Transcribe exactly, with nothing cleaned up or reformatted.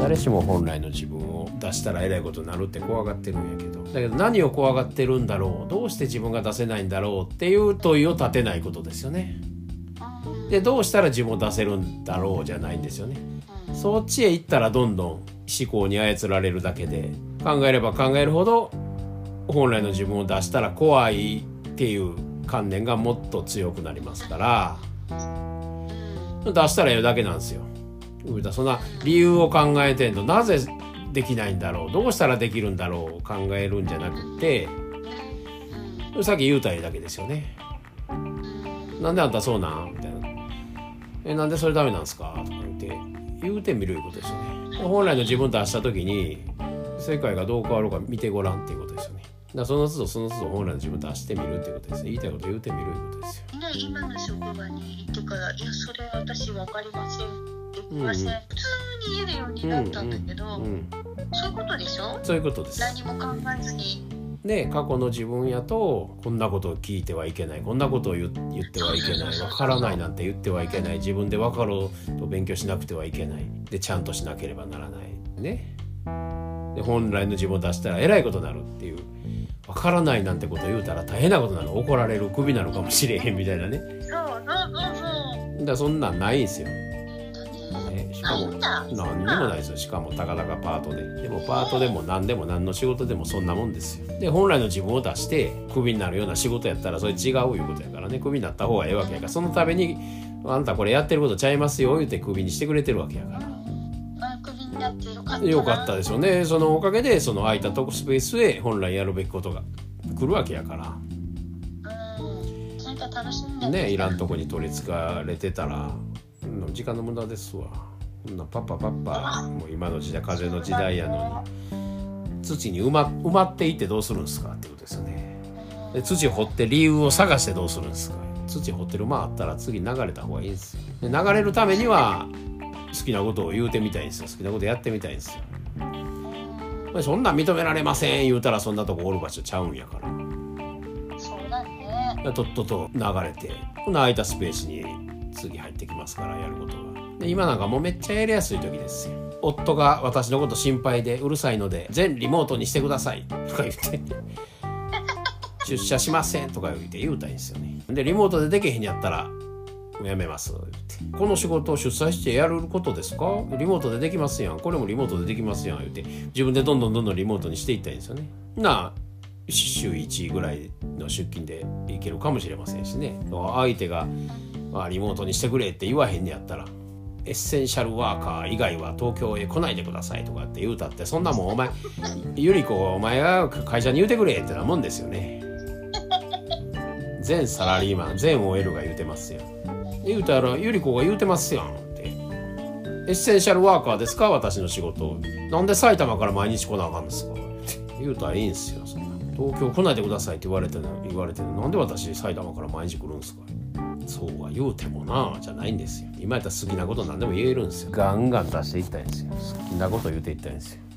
誰しも本来の自分を出したらえらいことになるって怖がってるんやけど、だけど何を怖がってるんだろう、どうして自分が出せないんだろうっていう問いを立てないことですよね。でどうしたら自分を出せるんだろうじゃないんですよね。そっちへ行ったらどんどん思考に操られるだけで、考えれば考えるほど本来の自分を出したら怖いっていう観念がもっと強くなりますから、出したらやるだけなんですよ。そんな理由を考えてんの、なぜできないんだろう、どうしたらできるんだろう考えるんじゃなくて、さっき言うたらいいだけですよね。なんであんたそうなんみたいな、えなんでそれダメなんですかとか言って言うてみるいうことですよね。本来の自分出した時に世界がどう変わるか見てごらんっていうことですよね。だからその都度その都度本来の自分出してみるっていうことです。言いたいこと言うてみるいうことですよ。 今の職場に行ってから、いやそれは私分かりませんって言いません、うんうん、普通に言えるようになったんだけど、うんうんうん、そういうことでしょ。 そういうことです。 何も考えずに。 で過去の自分やと、こんなことを聞いてはいけない、こんなことを 言, 言ってはいけない、分からないなんて言ってはいけない、自分で分かろうと勉強しなくてはいけない、でちゃんとしなければならないね。で本来の自分を出したらえらいことになるっていう、分からないなんてこと言うたら大変なことになる、怒られる、クビになるかもしれへんみたいなね。 そうそうそうそう。 だからそんなんないんですよ。しかも何にもないですよ。しかもたかだかパートで、でもパートでも何でも何の仕事でもそんなもんですよ。で本来の自分を出してクビになるような仕事やったらそれ違ういうことやからね。クビになった方がええわけやから、そのためにあんたこれやってることちゃいますよ言ってクビにしてくれてるわけやから、 クビになってよかったな。 よかったですよね。そのおかげでその空いたとこスペースへ本来やるべきことが来るわけやから、 うん、なんか楽しんでね。いらんとこに取りつかれてたら時間の無駄ですわ。こんなパッパパッパ、もう今の時代風の時代やのに土に埋ま、埋まっていってどうするんですかってことですよね。で土を掘って理由を探してどうするんですか。土掘ってる間あったら次流れた方がいいんですよ。で流れるためには好きなことを言うてみたいんですよ。好きなことやってみたいんですよ。そんなん認められません言うたらそんなとこおる場所ちゃうんやから、 そうだね。 とっとと流れてこの空いたスペースに次入ってきますから、やることが。で今なんかもうめっちゃやりやすい時ですよ。夫が私のこと心配でうるさいので全リモートにしてくださいとか言って出社しませんとか言って言うたいんですよね。でリモートでできへんやったらやめますって、この仕事を出社してやることですか、リモートでできますやん、これもリモートでできますやん言って自分でどんどんどんどんリモートにしていったいんですよね。なあ週いちぐらいの出勤でいけるかもしれませんしね。相手が、まあ、リモートにしてくれって言わへんねやったら、エッセンシャルワーカー以外は東京へ来ないでくださいとかって言うたって、そんなもんお前ゆり子お前が会社に言うてくれってなもんですよね。全サラリーマン全 オーエル が言うてますよ。言うたらゆり子が言うてますやんって、エッセンシャルワーカーですか私の仕事、なんで埼玉から毎日来なあかんですかって言うたらいいんですよ。そんな東京来ないでくださいって言われてる言われてるなんで私埼玉から毎日来るんですか。そうは言うてもなじゃないんですよ。今やったら好きなこと何でも言えるんですよ。ガンガン出していったんですよ。好きなこと言うていったんですよ。